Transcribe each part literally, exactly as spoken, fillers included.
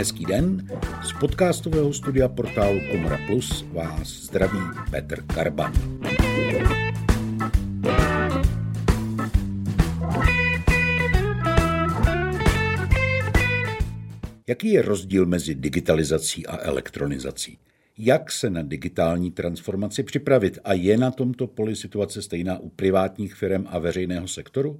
Hezký den, z podcastového studia portálu Komora Plus vás zdraví Petr Karban. Jaký je rozdíl mezi digitalizací a elektronizací? Jak se na digitální transformaci připravit a je na tomto poli situace stejná u privátních firem a veřejného sektoru?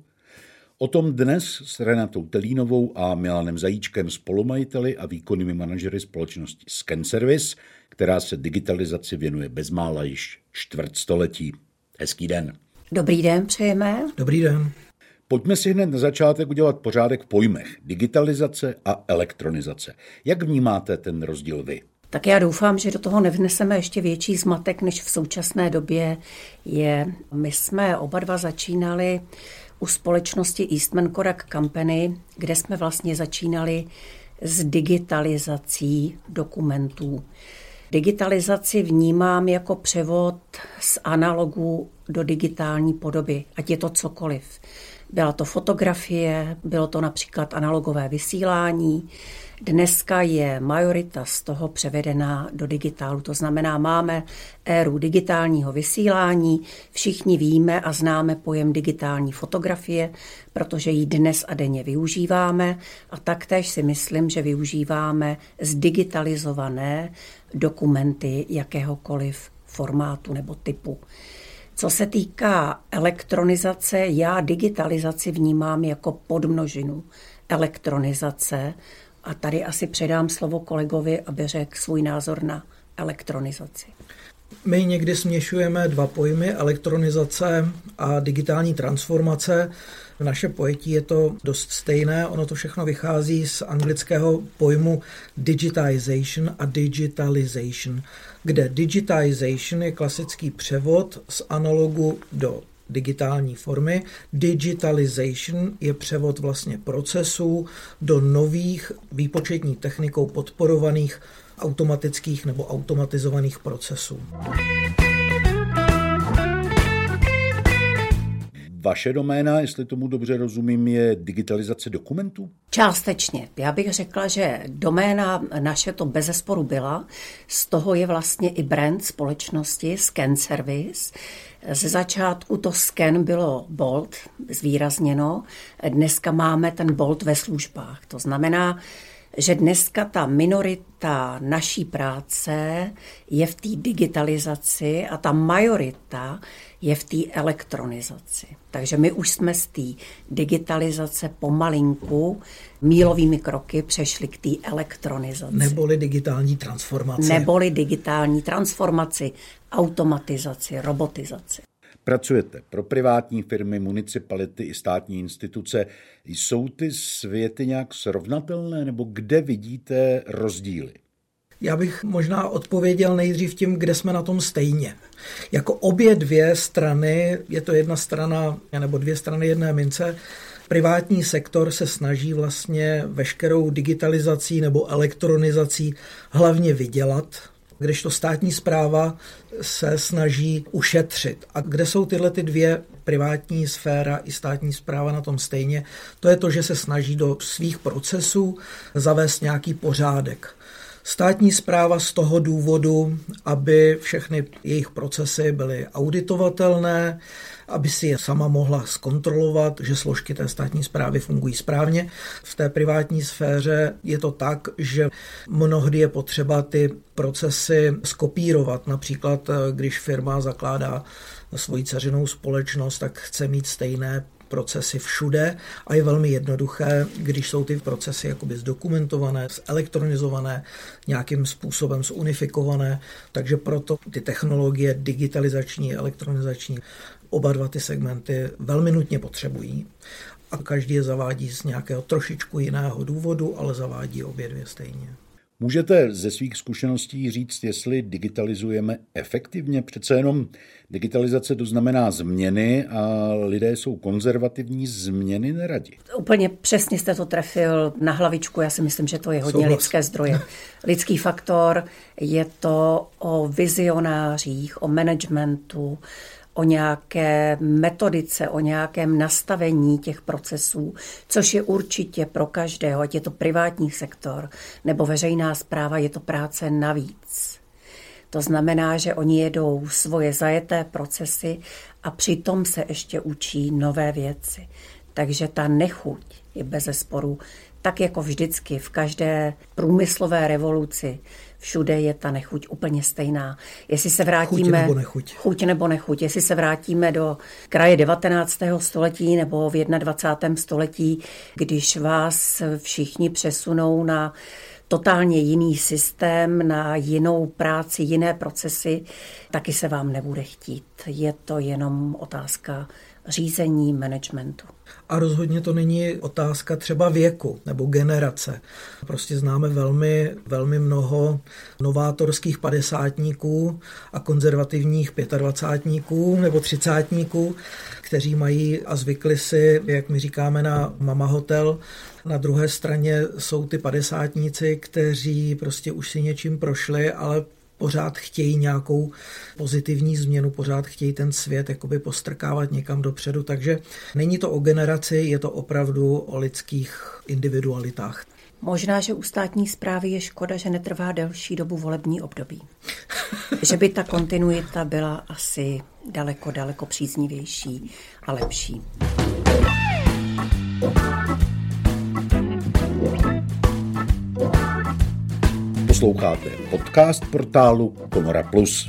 O tom dnes s Renatou Telínovou a Milanem Zajíčkem, spolumajiteli a výkonnými manažery společnosti ScanService, která se digitalizaci věnuje bezmála již čtvrtstoletí. Hezký den. Dobrý den, přejeme. Dobrý den. Pojďme si hned na začátek udělat pořádek v pojmech digitalizace a elektronizace. Jak vnímáte ten rozdíl vy? Tak já doufám, že do toho nevneseme ještě větší zmatek, než v současné době je. My jsme oba dva začínali u společnosti Eastman Kodak Company, kde jsme vlastně začínali s digitalizací dokumentů. Digitalizaci vnímám jako převod z analogu do digitální podoby, ať je to cokoliv. Byla to fotografie, bylo to například analogové vysílání. Dneska je majorita z toho převedená do digitálu, to znamená, máme éru digitálního vysílání, všichni víme a známe pojem digitální fotografie, protože ji dnes a denně využíváme a taktéž si myslím, že využíváme zdigitalizované dokumenty jakéhokoliv formátu nebo typu. Co se týká elektronizace, já digitalizaci vnímám jako podmnožinu elektronizace a tady asi předám slovo kolegovi, aby řekl svůj názor na elektronizaci. My někdy směšujeme dva pojmy, elektronizace a digitální transformace. V naše pojetí je to dost stejné, ono to všechno vychází z anglického pojmu digitization a digitalization, kde digitization je klasický převod z analogu do digitální formy. Digitalization je převod vlastně procesů do nových výpočetní technikou podporovaných automatických nebo automatizovaných procesů. Vaše doména, jestli tomu dobře rozumím, je digitalizace dokumentů? Částečně. Já bych řekla, že doména naše to bezesporu byla. Z toho je vlastně i brand společnosti ScanService. Ze začátku to scan bylo bold, zvýrazněno. Dneska máme ten bold ve službách. To znamená, že dneska ta minorita naší práce je v té digitalizaci a ta majorita je v té elektronizaci. Takže my už jsme z té digitalizace pomalinku mílovými kroky přešli k té elektronizaci. Neboli digitální transformaci. Neboli digitální transformaci, automatizaci, robotizaci. Pracujete pro privátní firmy, municipality i státní instituce. Jsou ty světy nějak srovnatelné nebo kde vidíte rozdíly? Já bych možná odpověděl nejdřív tím, kde jsme na tom stejně. Jako obě dvě strany, je to jedna strana nebo dvě strany jedné mince, privátní sektor se snaží vlastně veškerou digitalizací nebo elektronizací hlavně vydělat, kdežto státní správa se snaží ušetřit. A kde jsou tyhle ty dvě, privátní sféra i státní správa na tom stejně, to je to, že se snaží do svých procesů zavést nějaký pořádek. Státní správa z toho důvodu, aby všechny jejich procesy byly auditovatelné, aby si je sama mohla zkontrolovat, že složky té státní správy fungují správně. V té privátní sféře je to tak, že mnohdy je potřeba ty procesy skopírovat. Například, když firma zakládá svoji dceřinou společnost, tak chce mít stejné procesy všude a je velmi jednoduché, když jsou ty procesy jakoby zdokumentované, zelektronizované, nějakým způsobem zunifikované, takže proto ty technologie digitalizační, elektronizační, oba dva ty segmenty velmi nutně potřebují a každý je zavádí z nějakého trošičku jiného důvodu, ale zavádí obě dvě stejně. Můžete ze svých zkušeností říct, jestli digitalizujeme efektivně? Přece jenom digitalizace to znamená změny a lidé jsou konzervativní, změny neradi. Úplně přesně jste to trefil na hlavičku, já si myslím, že to je hodně Souhlas. lidské zdroje. Lidský faktor, je to o vizionářích, o managementu, o nějaké metodice, o nějakém nastavení těch procesů, což je určitě pro každého, ať je to privátní sektor nebo veřejná správa, je to práce navíc. To znamená, že oni jedou svoje zajeté procesy a přitom se ještě učí nové věci. Takže ta nechuť je bezesporu, tak jako vždycky v každé průmyslové revoluci, všude je ta nechuť úplně stejná. Jestli se vrátíme, chuť nebo nechuť. Chuť nebo nechuť. Jestli se vrátíme do kraje devatenáctého století nebo v dvacátém prvním století, když vás všichni přesunou na totálně jiný systém, na jinou práci, jiné procesy, taky se vám nebude chtít. Je to jenom otázka řízení, managementu. A rozhodně to není otázka třeba věku nebo generace. Prostě známe velmi, velmi mnoho novátorských padesátníků a konzervativních pětadvacátníků nebo třicátníků, kteří mají a zvykli si, jak my říkáme, na mama hotel. Na druhé straně jsou ty padesátníci, kteří prostě už si něčím prošli, ale pořád chtějí nějakou pozitivní změnu, pořád chtějí ten svět jakoby postrkávat někam dopředu, takže není to o generaci, je to opravdu o lidských individualitách. Možná, že u státní správy je škoda, že netrvá delší dobu volební období. Že by ta kontinuita byla asi daleko, daleko příznivější a lepší. Posloucháte podcast portálu Komora Plus.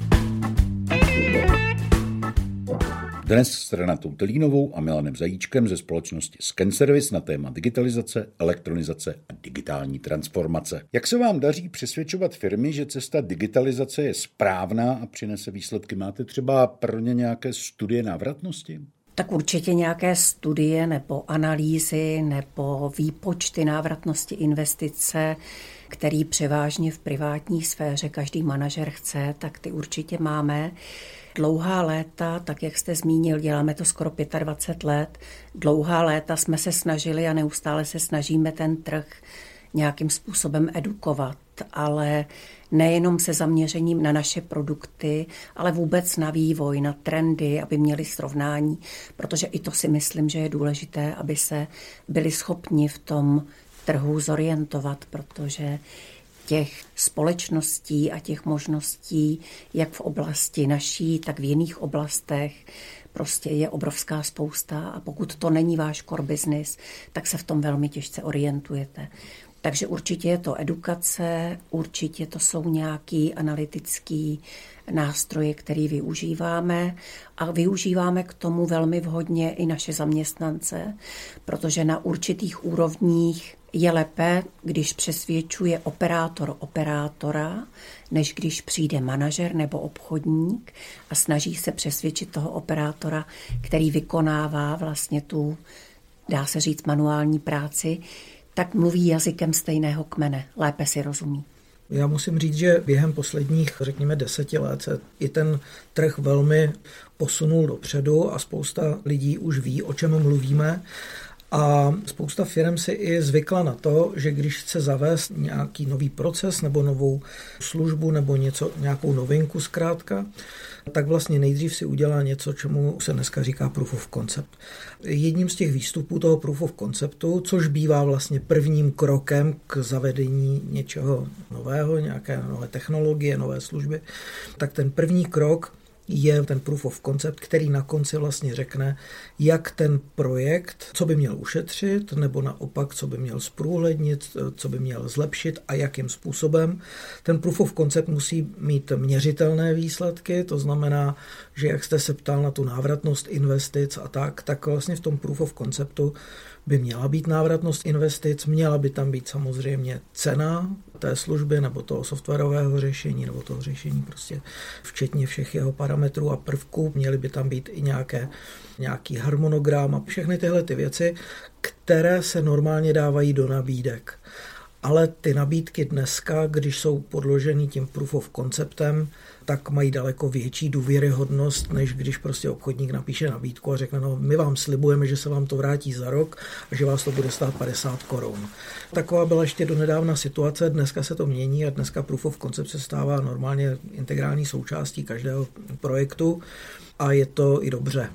Dnes s Renatou Telínovou a Milanem Zajíčkem ze společnosti ScanService na téma digitalizace, elektronizace a digitální transformace. Jak se vám daří přesvědčovat firmy, že cesta digitalizace je správná a přinese výsledky? Máte třeba pro ně nějaké studie návratnosti? Tak určitě nějaké studie nebo analýzy nebo výpočty návratnosti investice, který převážně v privátní sféře každý manažer chce, tak ty určitě máme. Dlouhá léta, tak jak jste zmínil, děláme to skoro dvacet pět let, dlouhá léta jsme se snažili a neustále se snažíme ten trh nějakým způsobem edukovat, ale nejenom se zaměřením na naše produkty, ale vůbec na vývoj, na trendy, aby měli srovnání, protože i to si myslím, že je důležité, aby se byli schopni v tom trhu zorientovat, protože těch společností a těch možností, jak v oblasti naší, tak v jiných oblastech, prostě je obrovská spousta a pokud to není váš core business, tak se v tom velmi těžce orientujete. Takže určitě je to edukace, určitě to jsou nějaký analytický nástroje, který využíváme a využíváme k tomu velmi vhodně i naše zaměstnance, protože na určitých úrovních je lépe, když přesvědčuje operátor operátora, než když přijde manažer nebo obchodník a snaží se přesvědčit toho operátora, který vykonává vlastně tu, dá se říct, manuální práci, tak mluví jazykem stejného kmene, lépe si rozumí. Já musím říct, že během posledních, řekněme, deseti let se i ten trh velmi posunul dopředu a spousta lidí už ví, o čem mluvíme. A spousta firm si i zvykla na to, že když chce zavést nějaký nový proces nebo novou službu nebo něco, nějakou novinku zkrátka, tak vlastně nejdřív si udělá něco, čemu se dneska říká proof of concept. Jedním z těch výstupů toho proof of conceptu, což bývá vlastně prvním krokem k zavedení něčeho nového, nějaké nové technologie, nové služby, tak ten první krok je ten proof of concept, který na konci vlastně řekne, jak ten projekt, co by měl ušetřit, nebo naopak, co by měl zprůhlednit, co by měl zlepšit a jakým způsobem. Ten proof of concept musí mít měřitelné výsledky, to znamená, že jak jste se ptal na tu návratnost investic a tak, tak vlastně v tom proof of conceptu by měla být návratnost investic, měla by tam být samozřejmě cena té služby nebo toho softwarového řešení nebo toho řešení prostě včetně všech jeho parametrů a prvků. Měly by tam být i nějaké, nějaký harmonogram a všechny tyhle ty věci, které se normálně dávají do nabídek. Ale ty nabídky dneska, když jsou podloženy tím proof of conceptem, tak mají daleko větší důvěryhodnost, než když prostě obchodník napíše nabídku a řekne, no my vám slibujeme, že se vám to vrátí za rok a že vás to bude stát padesát korun. Taková byla ještě donedávna situace, dneska se to mění a dneska proof of concept se stává normálně integrální součástí každého projektu a je to i dobře.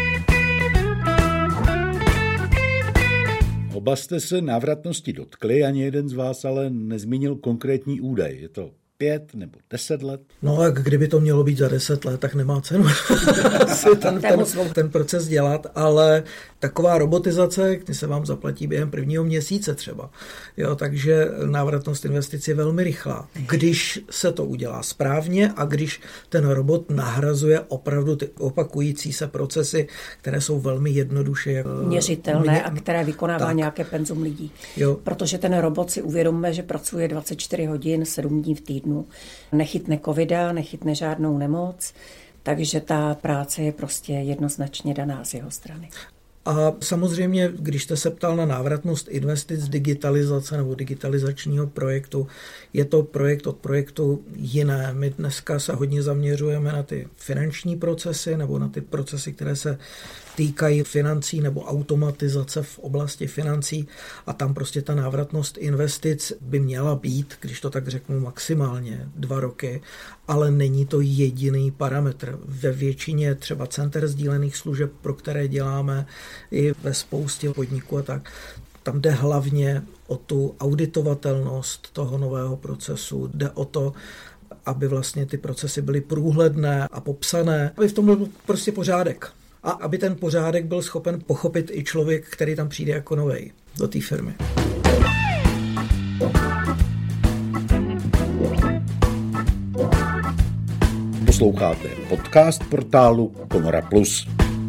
Oba jste se návratnosti dotkli, ani jeden z vás ale nezmínil konkrétní údaj. Je to pět nebo deset let? No a kdyby to mělo být za deset let, tak nemá cenu ten, ten, ten proces dělat, ale taková robotizace, když se vám zaplatí během prvního měsíce třeba. Jo, takže návratnost investic je velmi rychlá. Když se to udělá správně a když ten robot nahrazuje opravdu ty opakující se procesy, které jsou velmi jednoduše měřitelné mě... a které vykonává tak. nějaké penzum lidí. Jo. Protože ten robot si uvědomme, že pracuje dvacet čtyři hodin, sedm dní v týdnu. Nechytne covida, nechytne žádnou nemoc, takže ta práce je prostě jednoznačně daná z jeho strany. A samozřejmě, když jste se ptal na návratnost investic digitalizace nebo digitalizačního projektu, je to projekt od projektu jiné. My dneska se hodně zaměřujeme na ty finanční procesy nebo na ty procesy, které se týkají financí nebo automatizace v oblasti financí a tam prostě ta návratnost investic by měla být, když to tak řeknu, maximálně dva roky, ale není to jediný parametr. Ve většině třeba center sdílených služeb, pro které děláme i ve spoustě podniků a tak, tam jde hlavně o tu auditovatelnost toho nového procesu, jde o to, aby vlastně ty procesy byly průhledné a popsané, aby v tom byl prostě pořádek. A aby ten pořádek byl schopen pochopit i člověk, který tam přijde jako novej do té firmy. Posloucháte podcast portálu Komora Plus.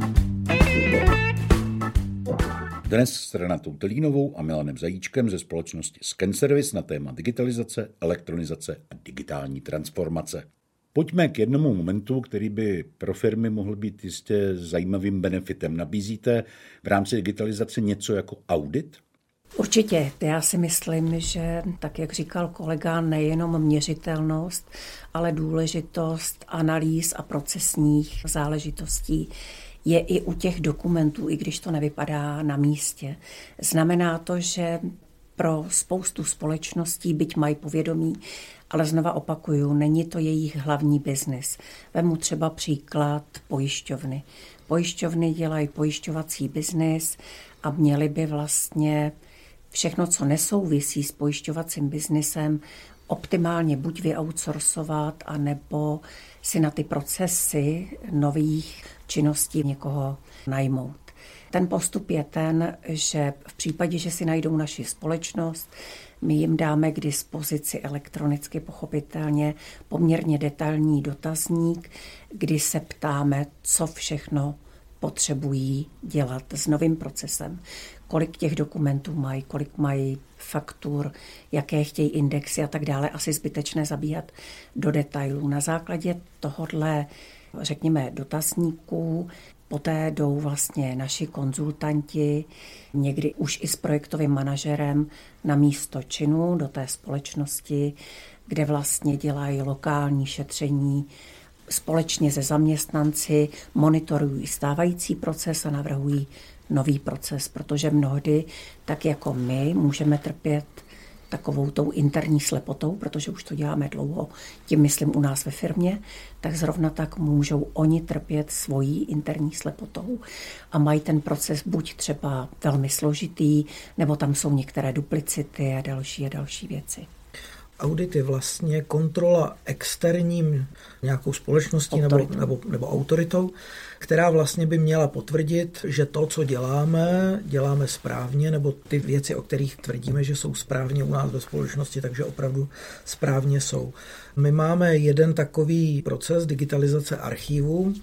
Dnes s Renatou Telínovou a Milanem Zajíčkem ze společnosti ScanService na téma digitalizace, elektronizace a digitální transformace. Pojďme k jednomu momentu, který by pro firmy mohl být jistě zajímavým benefitem. Nabízíte v rámci digitalizace něco jako audit? Určitě. Já si myslím, že tak, jak říkal kolega, nejenom měřitelnost, ale důležitost analýz a procesních záležitostí je i u těch dokumentů, i když to nevypadá na místě. Znamená to, že pro spoustu společností, byť mají povědomí, ale znova opakuju, není to jejich hlavní biznis. Vemu třeba příklad pojišťovny. Pojišťovny dělají pojišťovací biznis a měly by vlastně všechno, co nesouvisí s pojišťovacím biznisem, optimálně buď vyoutsourcovat, anebo si na ty procesy nových činností někoho najmout. Ten postup je ten, že v případě, že si najdou naši společnost, my jim dáme k dispozici elektronicky pochopitelně poměrně detailní dotazník, kdy se ptáme, co všechno potřebují dělat s novým procesem, kolik těch dokumentů mají, kolik mají faktur, jaké chtějí indexy a tak dále. Asi zbytečné zabíhat do detailů. Na základě tohodle, řekněme, dotazníků poté jdou vlastně naši konzultanti, někdy už i s projektovým manažerem na místo činu do té společnosti, kde vlastně dělají lokální šetření, společně se zaměstnanci monitorují stávající proces a navrhují nový proces, protože mnohdy, tak jako my, můžeme trpět takovou tou interní slepotou, protože už to děláme dlouho, tím myslím u nás ve firmě, tak zrovna tak můžou oni trpět svojí interní slepotou a mají ten proces buď třeba velmi složitý, nebo tam jsou některé duplicity a další a další věci. Audit je vlastně kontrola externím nějakou společností nebo, nebo, nebo autoritou, která vlastně by měla potvrdit, že to, co děláme, děláme správně, nebo ty věci, o kterých tvrdíme, že jsou správně u nás ve společnosti, takže opravdu správně jsou. My máme jeden takový proces digitalizace archívu,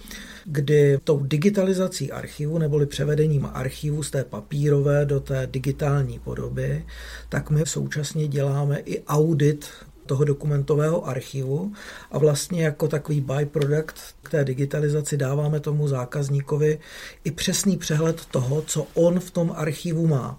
kdy tou digitalizací archivu neboli převedením archivu z té papírové do té digitální podoby, tak my současně děláme i audit toho dokumentového archivu a vlastně jako takový byproduct k té digitalizaci dáváme tomu zákazníkovi i přesný přehled toho, co on v tom archivu má.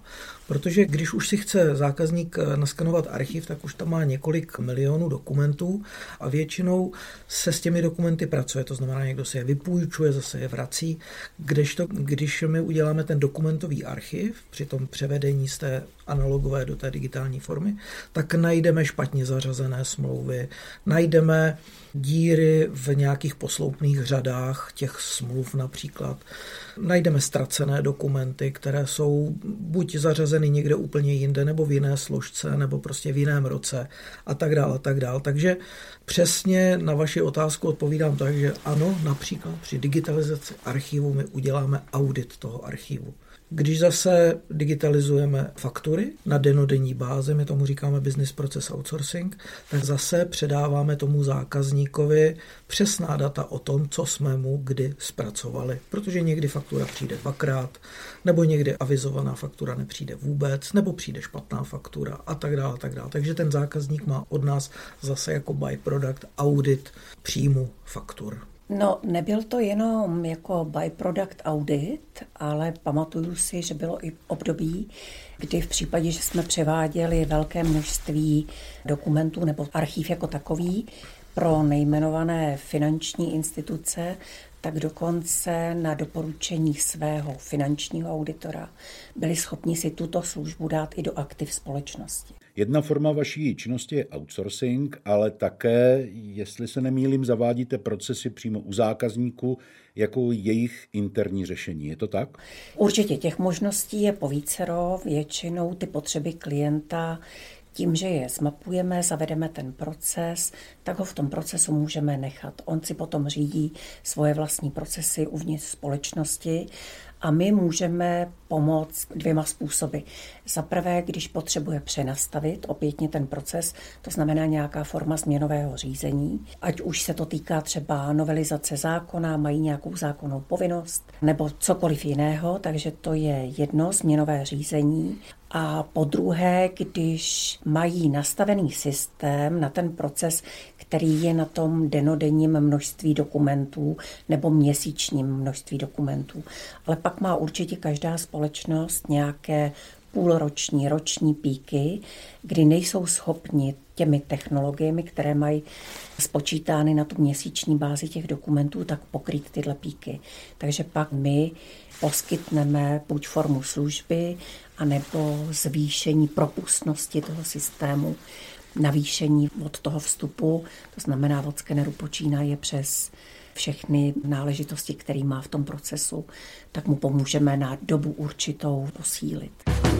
Protože když už si chce zákazník naskanovat archiv, tak už tam má několik milionů dokumentů a většinou se s těmi dokumenty pracuje. To znamená, někdo si je vypůjčuje, zase je vrací. Kdežto, když my uděláme ten dokumentový archiv, při tom převedení z té analogové do té digitální formy, tak najdeme špatně zařazené smlouvy, najdeme díry v nějakých posloupných řadách těch smluv například, najdeme ztracené dokumenty, které jsou buď zařazeny někde úplně jinde, nebo v jiné složce, nebo prostě v jiném roce a tak dále, a tak dále. Takže přesně na vaši otázku odpovídám tak, že ano, například při digitalizaci archivu my uděláme audit toho archivu. Když zase digitalizujeme faktury na dennodenní bázi, my tomu říkáme business process outsourcing, tak zase předáváme tomu zákazníkovi přesná data o tom, co jsme mu kdy zpracovali. Protože někdy faktura přijde dvakrát, nebo někdy avizovaná faktura nepřijde vůbec, nebo přijde špatná faktura a tak dále, a tak dále. Takže ten zákazník má od nás zase jako byproduct audit příjmu faktur. No, nebyl to jenom jako byproduct audit, ale pamatuju si, že bylo i období, kdy v případě, že jsme převáděli velké množství dokumentů nebo archiv jako takový pro nejmenované finanční instituce, tak dokonce na doporučení svého finančního auditora byli schopni si tuto službu dát i do aktiv společnosti. Jedna forma vaší činnosti je outsourcing, ale také, jestli se nemýlím, zavádíte procesy přímo u zákazníků jako jejich interní řešení. Je to tak? Určitě těch možností je povícero, většinou ty potřeby klienta. Tím, že je zmapujeme, zavedeme ten proces, tak ho v tom procesu můžeme nechat. On si potom řídí svoje vlastní procesy uvnitř společnosti a my můžeme pomoct dvěma způsoby. Za prvé, když potřebuje přenastavit opětně ten proces, to znamená nějaká forma změnového řízení, ať už se to týká třeba novelizace zákona, mají nějakou zákonnou povinnost, nebo cokoliv jiného, takže to je jedno změnové řízení. A po druhé, když mají nastavený systém na ten proces, který je na tom dennodenním množství dokumentů nebo měsíčním množství dokumentů. Ale pak má určitě každá společnost nějaké půlroční, roční píky, kdy nejsou schopni těmi technologiemi, které mají spočítány na tu měsíční bázi těch dokumentů, tak pokrýt tyhle píky. Takže pak my poskytneme buď formu služby, anebo zvýšení propustnosti toho systému, navýšení od toho vstupu, to znamená od skeneru počínaje přes všechny náležitosti, které má v tom procesu, tak mu pomůžeme na dobu určitou posílit.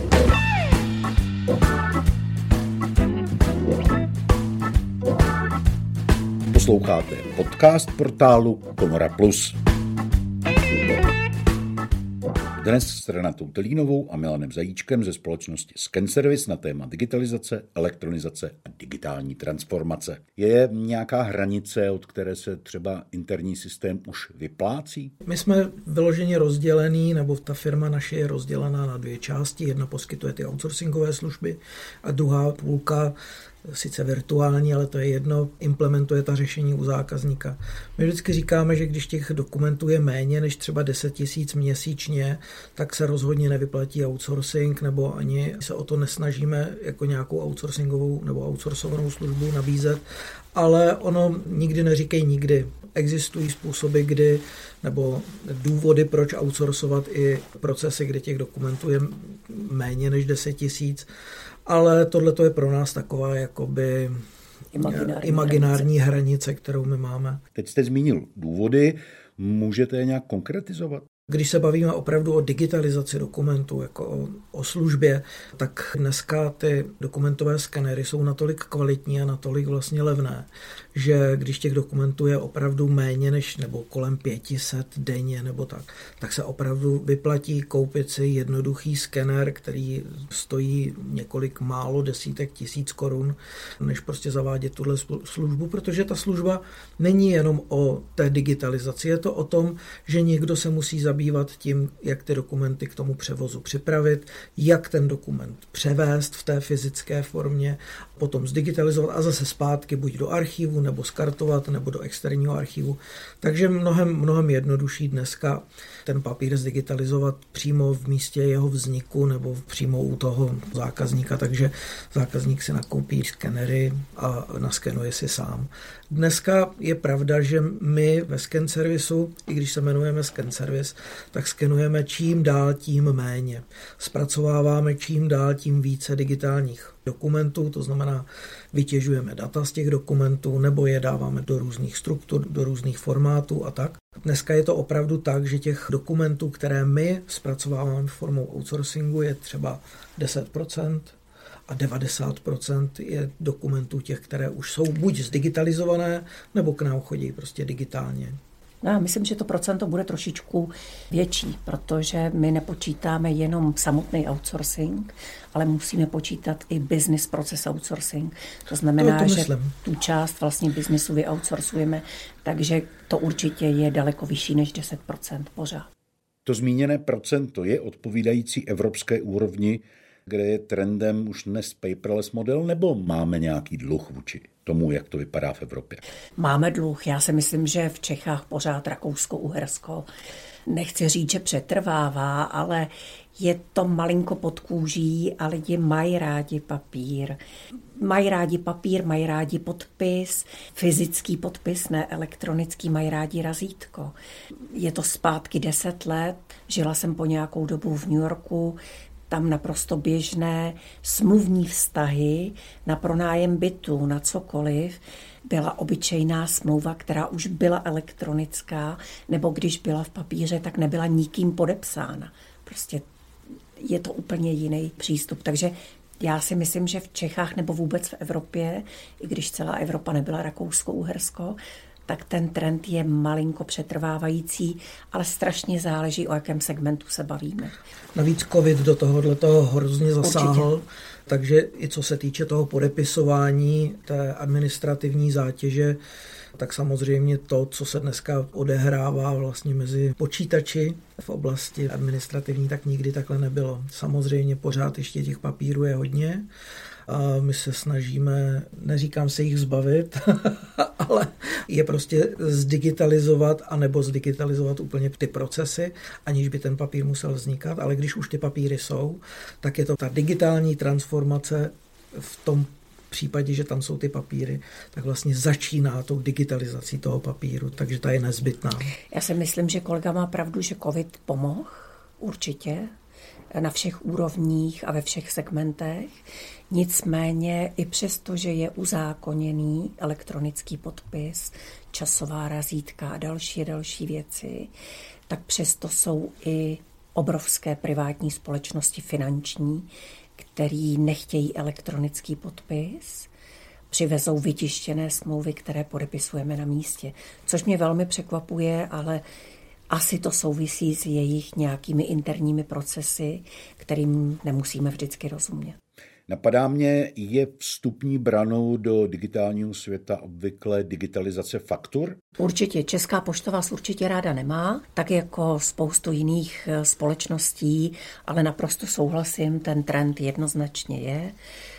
Posloucháte podcast portálu Komora Plus. Dnes s Renatou Telínovou a Milanem Zajíčkem ze společnosti ScanService na téma digitalizace, elektronizace a digitální transformace. Je nějaká hranice, od které se třeba interní systém už vyplácí? My jsme vyloženě rozdělený, nebo ta firma naše je rozdělená na dvě části. Jedna poskytuje ty outsourcingové služby a druhá půlka, sice virtuální, ale to je jedno, implementuje ta řešení u zákazníka. My vždycky říkáme, že když těch dokumentů je méně než třeba deset tisíc měsíčně, tak se rozhodně nevyplatí outsourcing, nebo ani se o to nesnažíme jako nějakou outsourcingovou nebo outsourcovanou službu nabízet, ale ono nikdy neříkej nikdy. Existují způsoby, kdy, nebo důvody, proč outsourcovat i procesy, kde těch dokumentů je méně než deset tisíc, ale tohle je pro nás taková jakoby imaginární, imaginární hranice. hranice, kterou my máme. Teď jste zmínil důvody, můžete je nějak konkretizovat? Když se bavíme opravdu o digitalizaci dokumentů, jako o, o službě, tak dneska ty dokumentové skenery jsou natolik kvalitní a natolik vlastně levné, že když těch dokumentů je opravdu méně než nebo kolem pět set denně nebo tak, tak se opravdu vyplatí koupit si jednoduchý skener, který stojí několik málo desítek tisíc korun, než prostě zavádět tuhle službu, protože ta služba není jenom o té digitalizaci, je to o tom, že někdo se musí zabývat tím, jak ty dokumenty k tomu převozu připravit, jak ten dokument převést v té fyzické formě, potom zdigitalizovat a zase zpátky buď do archivu archivu nebo skartovat nebo do externího archivu. Takže mnohem, mnohem jednodušší dneska ten papír zdigitalizovat přímo v místě jeho vzniku nebo přímo u toho zákazníka, takže zákazník si nakoupí skenery a naskenuje si sám. Dneska je pravda, že my ve Scan Servisu, i když se jmenujeme Scan Service, tak skenujeme čím dál tím méně. Zpracováváme čím dál tím více digitálních dokumentů, to znamená vytěžujeme data z těch dokumentů nebo je dáváme do různých struktur, do různých formátů a tak. Dneska je to opravdu tak, že těch dokumentů, které my zpracováváme formou outsourcingu, je třeba deset procent a devadesát procent je dokumentů těch, které už jsou buď zdigitalizované, nebo k nám chodí prostě digitálně. No, já myslím, že to procento bude trošičku větší, protože my nepočítáme jenom samotný outsourcing, ale musíme počítat i business process outsourcing. To znamená, to, to že tu část vlastně biznesu vyoutsourcujeme, takže to určitě je daleko vyšší než deset procent pořád. To zmíněné procento je odpovídající evropské úrovni, kde je trendem už dnes paperless model, nebo máme nějaký dluh vůči tomu, jak to vypadá v Evropě? Máme dluh. Já si myslím, že v Čechách pořád Rakousko-Uhersko, nechci říct, že přetrvává, ale je to malinko pod kůží a lidi mají rádi papír. Mají rádi papír, mají rádi podpis, fyzický podpis, ne elektronický, mají rádi razítko. Je to zpátky deset let, žila jsem po nějakou dobu v New Yorku, tam naprosto běžné smluvní vztahy na pronájem bytu, na cokoliv, byla obyčejná smlouva, která už byla elektronická, nebo když byla v papíře, tak nebyla nikým podepsána. Prostě je to úplně jiný přístup. Takže já si myslím, že v Čechách nebo vůbec v Evropě, i když celá Evropa nebyla Rakousko-Uhersko, tak ten trend je malinko přetrvávající, ale strašně záleží, o jakém segmentu se bavíme. Navíc covid do tohohle toho hrozně zasáhl, Určitě. Takže i co se týče toho podepisování, té administrativní zátěže, tak samozřejmě to, co se dneska odehrává vlastně mezi počítači v oblasti administrativní, tak nikdy takhle nebylo. Samozřejmě pořád ještě těch papírů je hodně a my se snažíme, neříkám se jich zbavit, ale je prostě zdigitalizovat anebo zdigitalizovat úplně ty procesy, aniž by ten papír musel vznikat, ale když už ty papíry jsou, tak je to ta digitální transformace v tom případě, že tam jsou ty papíry, tak vlastně začíná tou digitalizací toho papíru, takže ta je nezbytná. Já si myslím, že kolega má pravdu, že covid pomohl určitě na všech úrovních a ve všech segmentech. Nicméně i přesto, že je uzákoněný elektronický podpis, časová razítka a další další věci, tak přesto jsou i obrovské privátní společnosti finanční, který nechtějí elektronický podpis, přivezou vytištěné smlouvy, které podepisujeme na místě. Což mě velmi překvapuje, ale asi to souvisí s jejich nějakými interními procesy, kterým nemusíme vždycky rozumět. Napadá mě, je vstupní branou do digitálního světa obvykle digitalizace faktur? Určitě. Česká pošta vás určitě ráda nemá, tak jako spoustu jiných společností, ale naprosto souhlasím, ten trend jednoznačně je.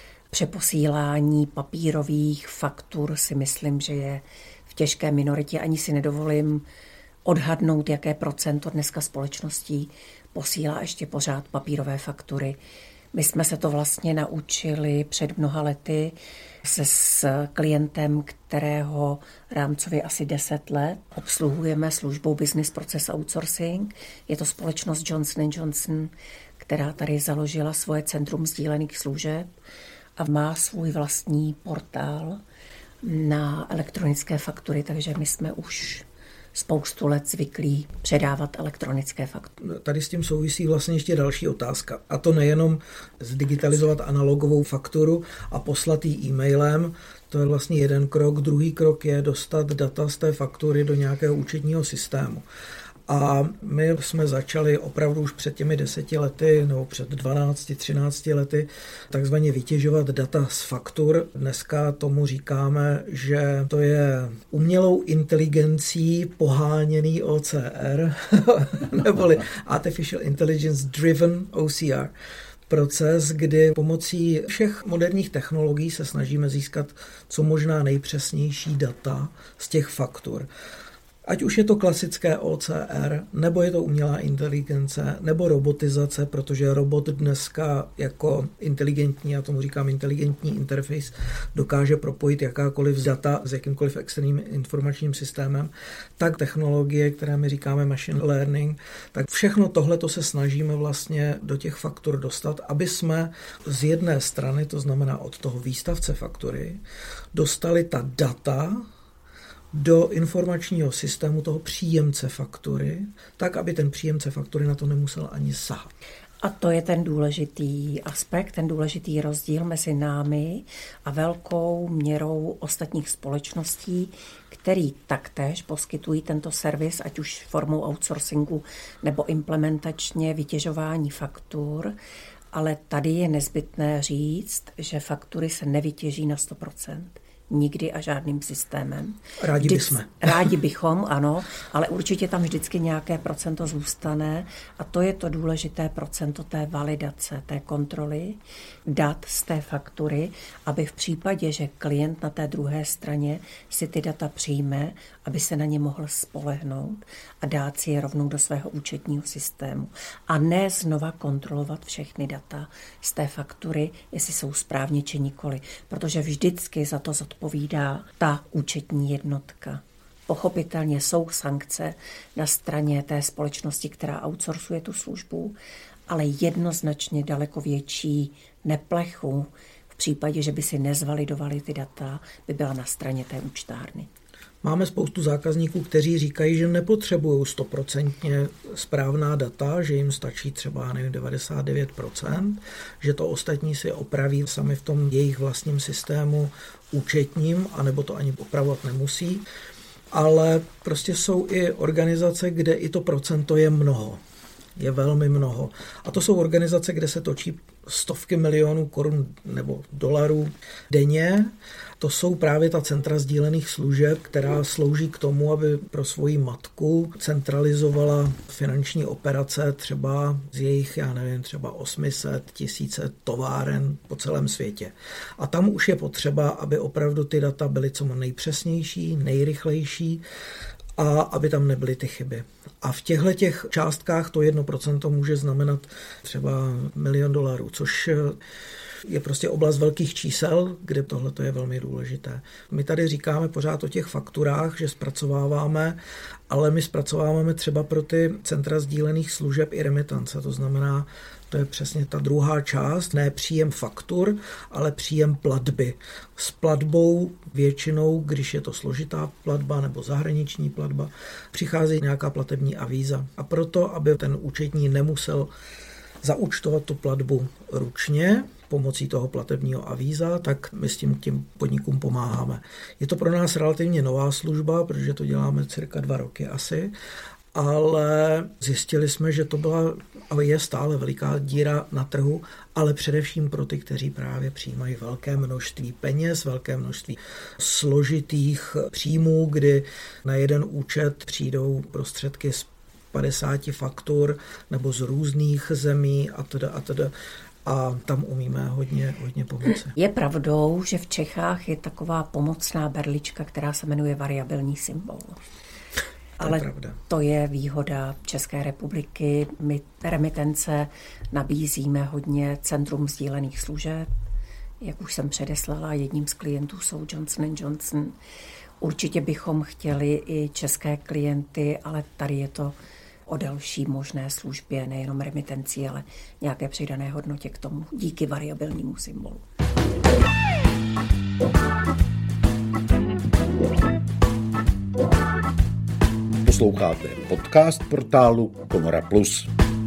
Přeposílání papírových faktur si myslím, že je v těžké minoritě. Ani si nedovolím odhadnout, jaké procento dneska společností posílá ještě pořád papírové faktury. My jsme se to vlastně naučili před mnoha lety se s klientem, kterého rámcově asi deset let obsluhujeme službou Business Process Outsourcing. Je to společnost Johnson and Johnson, která tady založila svoje centrum sdílených služeb a má svůj vlastní portál na elektronické faktury, takže my jsme už spoustu let zvyklí předávat elektronické faktury. Tady s tím souvisí vlastně ještě další otázka. A to nejenom zdigitalizovat analogovou fakturu a poslat ji e-mailem, to je vlastně jeden krok. Druhý krok je dostat data z té faktury do nějakého účetního systému. A my jsme začali opravdu už před těmi deseti lety, nebo před dvanácti, třinácti lety, takzvaně vytěžovat data z faktur. Dneska tomu říkáme, že to je umělou inteligencí poháněný O C R, neboli Artificial Intelligence Driven O C R. proces, kdy pomocí všech moderních technologií se snažíme získat co možná nejpřesnější data z těch faktur. Ať už je to klasické O C R, nebo je to umělá inteligence, nebo robotizace, protože robot dneska jako inteligentní, já tomu říkám inteligentní interface, dokáže propojit jakákoliv data s jakýmkoliv externím informačním systémem, tak technologie, které my říkáme machine learning, tak všechno tohleto se snažíme vlastně do těch faktur dostat, aby jsme z jedné strany, to znamená od toho výstavce faktury, dostali ta data do informačního systému toho příjemce faktury, tak, aby ten příjemce faktury na to nemusel ani sahat. A to je ten důležitý aspekt, ten důležitý rozdíl mezi námi a velkou měrou ostatních společností, který taktéž poskytují tento servis, ať už formou outsourcingu nebo implementačně vytěžování faktur, ale tady je nezbytné říct, že faktury se nevytěží na sto procent. Nikdy a žádným systémem. Rádi bychom. Rádi bychom, ano, ale určitě tam vždycky nějaké procento zůstane a to je to důležité procento té validace, té kontroly dat z té faktury, aby v případě, že klient na té druhé straně si ty data přijme, aby se na ně mohl spolehnout a dát si je rovnou do svého účetního systému. A ne znova kontrolovat všechny data z té faktury, jestli jsou správně či nikoli, protože vždycky za to zodpovídá ta účetní jednotka. Pochopitelně jsou sankce na straně té společnosti, která outsourcuje tu službu, ale jednoznačně daleko větší neplechu v případě, že by si nezvalidovali ty data, by byla na straně té účtárny. Máme spoustu zákazníků, kteří říkají, že nepotřebují stoprocentně správná data, že jim stačí třeba nevím, devadesát devět procent, že to ostatní si opraví sami v tom jejich vlastním systému účetním, anebo to ani opravovat nemusí. Ale prostě jsou i organizace, kde i to procento je mnoho. Je velmi mnoho. A to jsou organizace, kde se točí stovky milionů korun nebo dolarů denně. To jsou právě ta centra sdílených služeb, která slouží k tomu, aby pro svoji matku centralizovala finanční operace třeba z jejich, já nevím, třeba osm set tisíce továren po celém světě. A tam už je potřeba, aby opravdu ty data byly co nejpřesnější, nejrychlejší, a aby tam nebyly ty chyby. A v těchto těch částkách to jedno procento může znamenat třeba milion dolarů, což je prostě oblast velkých čísel, kde tohle je velmi důležité. My tady říkáme pořád o těch fakturách, že zpracováváme, ale my zpracováváme třeba pro ty centra sdílených služeb i remitance. To znamená, to je přesně ta druhá část, ne příjem faktur, ale příjem platby. S platbou většinou, když je to složitá platba nebo zahraniční platba, přichází nějaká platební avíza. A proto, aby ten účetní nemusel zaúčtovat tu platbu ručně pomocí toho platebního avíza, tak my s tím těm podnikům pomáháme. Je to pro nás relativně nová služba, protože to děláme cirka dva roky asi, ale zjistili jsme, že to byla a je stále veliká díra na trhu, ale především pro ty, kteří právě přijímají velké množství peněz, velké množství složitých příjmů, kdy na jeden účet přijdou prostředky z padesáti faktur nebo z různých zemí a teda a teda. A tam umíme hodně, hodně pomoci. Je pravdou, že v Čechách je taková pomocná berlička, která se jmenuje variabilní symbol. Ale pravda. To je výhoda České republiky. My remitence nabízíme hodně centrum sdílených služeb. Jak už jsem předeslala, jedním z klientů jsou Johnson and Johnson. Určitě bychom chtěli i české klienty, ale tady je to o další možné službě, nejenom remitencí, ale nějaké přidané hodnotě k tomu díky variabilnímu symbolu. Posloucháte podcast portálu Komora Plus.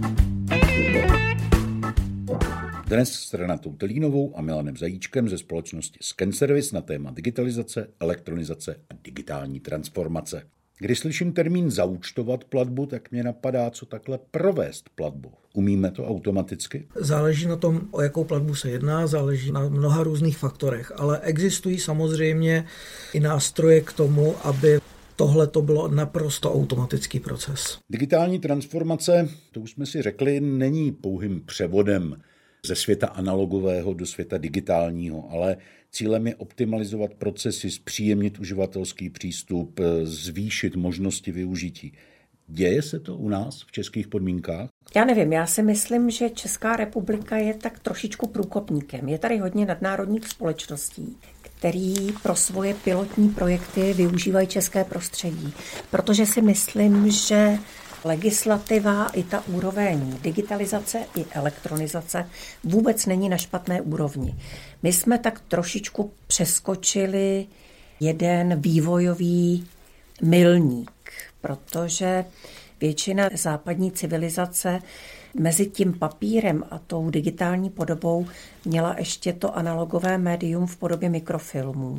Dnes s Renatou Telínovou a Milanem Zajíčkem ze společnosti ScanService na téma digitalizace, elektronizace a digitální transformace. Když slyším termín zaúčtovat platbu, tak mě napadá, co takhle provést platbu. Umíme to automaticky? Záleží na tom, o jakou platbu se jedná, záleží na mnoha různých faktorech, ale existují samozřejmě i nástroje k tomu, aby tohle to bylo naprosto automatický proces. Digitální transformace, to už jsme si řekli, není pouhým převodem ze světa analogového do světa digitálního, ale cílem je optimalizovat procesy, zpříjemnit uživatelský přístup, zvýšit možnosti využití. Děje se to u nás v českých podmínkách? Já nevím, já si myslím, že Česká republika je tak trošičku průkopníkem. Je tady hodně nadnárodních společností, který pro svoje pilotní projekty využívají české prostředí. Protože si myslím, že legislativa i ta úroveň digitalizace i elektronizace vůbec není na špatné úrovni. My jsme tak trošičku přeskočili jeden vývojový milník, protože většina západní civilizace mezi tím papírem a tou digitální podobou měla ještě to analogové médium v podobě mikrofilmů,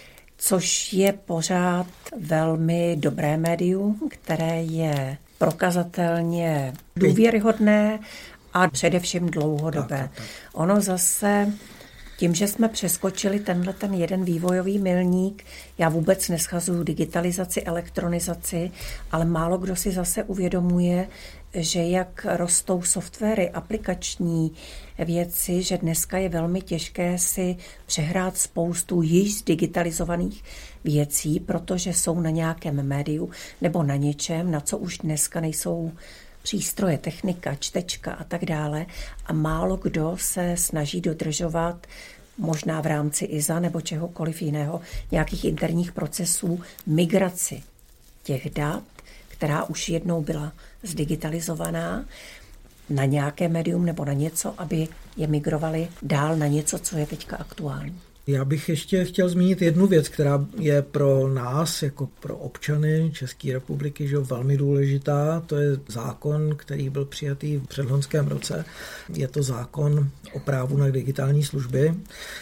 což je pořád velmi dobré médium, které je prokazatelně důvěryhodné a především dlouhodobé. Tak, tak, tak. Ono zase tím, že jsme přeskočili tenhle ten jeden vývojový milník, já vůbec neschazuju digitalizaci, elektronizaci, ale málo kdo si zase uvědomuje, že jak rostou softwary, aplikační věci, že dneska je velmi těžké si přehrát spoustu již zdigitalizovaných věcí, protože jsou na nějakém médiu nebo na něčem, na co už dneska nejsou přístroje, technika, čtečka a tak dále. A málo kdo se snaží dodržovat možná v rámci I S A nebo čehokoliv jiného, nějakých interních procesů, migraci těch dat, která už jednou byla zdigitalizovaná, na nějaké médium nebo na něco, aby je migrovali dál na něco, co je teďka aktuální. Já bych ještě chtěl zmínit jednu věc, která je pro nás, jako pro občany České republiky, že velmi důležitá. To je zákon, který byl přijatý v předloňském roce. Je to zákon o právu na digitální služby.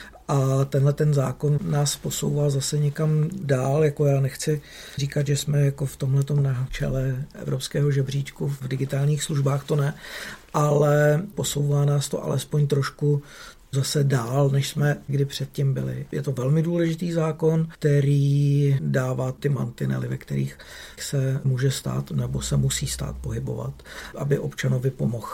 A tenhle ten zákon nás posouvá zase někam dál, jako já nechci říkat, že jsme jako v tomhletom na čele evropského žebříčku v digitálních službách, to ne, ale posouvá nás to alespoň trošku zase dál, než jsme kdy předtím byli. Je to velmi důležitý zákon, který dává ty mantinely, ve kterých se může stát nebo se musí stát pohybovat, aby občanovi pomohl.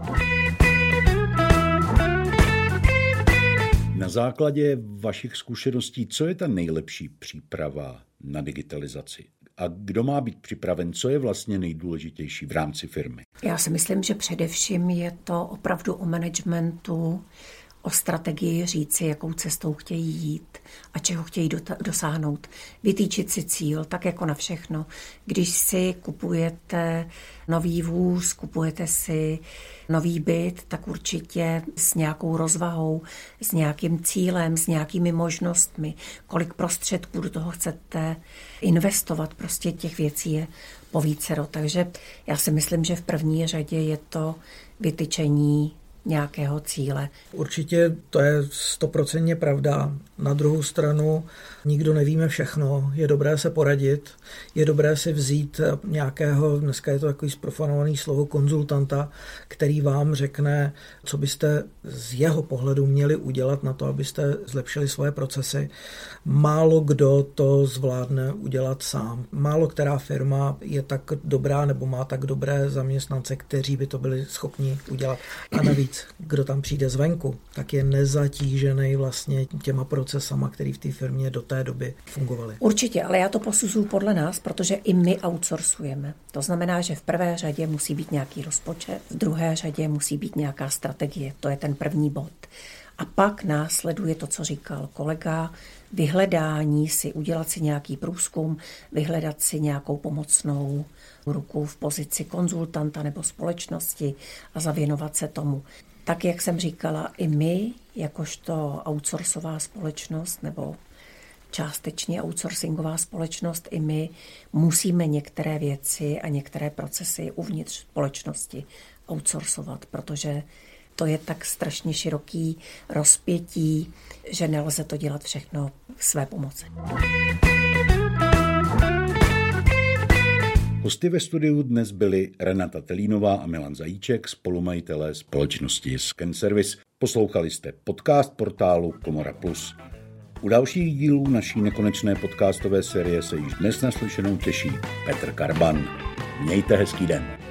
Na základě vašich zkušeností, co je ta nejlepší příprava na digitalizaci? A kdo má být připraven? Co je vlastně nejdůležitější v rámci firmy? Já si myslím, že především je to opravdu o managementu, o strategii říci, jakou cestou chtějí jít a čeho chtějí dosáhnout. Vytýčit si cíl, tak jako na všechno. Když si kupujete nový vůz, kupujete si nový byt, tak určitě s nějakou rozvahou, s nějakým cílem, s nějakými možnostmi, kolik prostředků do toho chcete investovat. Prostě těch věcí je povícero. Takže já si myslím, že v první řadě je to vytyčení nějakého cíle. Určitě to je stoprocentně pravda. Na druhou stranu nikdo nevíme všechno. Je dobré se poradit, je dobré si vzít nějakého, dneska je to takový zprofanovaný slovo, konzultanta, který vám řekne, co byste z jeho pohledu měli udělat na to, abyste zlepšili svoje procesy. Málo kdo to zvládne udělat sám. Málo která firma je tak dobrá nebo má tak dobré zaměstnance, kteří by to byli schopni udělat. A navíc, kdo tam přijde zvenku, tak je nezatížený vlastně těma procesama, které v té firmě do té doby fungovaly. Určitě, ale já to posuzuju podle nás, protože i my outsourcujeme. To znamená, že v prvé řadě musí být nějaký rozpočet, v druhé řadě musí být nějaká strategie. To je ten první bod. A pak následuje to, co říkal kolega, vyhledání si, udělat si nějaký průzkum, vyhledat si nějakou pomocnou ruku v pozici konzultanta nebo společnosti a zavěnovat se tomu. Tak, jak jsem říkala, i my, jakožto outsourcová společnost nebo částečně outsourcingová společnost, i my musíme některé věci a některé procesy uvnitř společnosti outsourcovat, protože to je tak strašně široký rozpětí, že nelze to dělat všechno v své pomoci. Hosty ve studiu dnes byli Renata Telínová a Milan Zajíček, spolumajitelé společnosti ScanService. Poslouchali jste podcast portálu Komora Plus. U dalších dílů naší nekonečné podcastové série se již dnes naslyšenou těší Petr Karban. Mějte hezký den.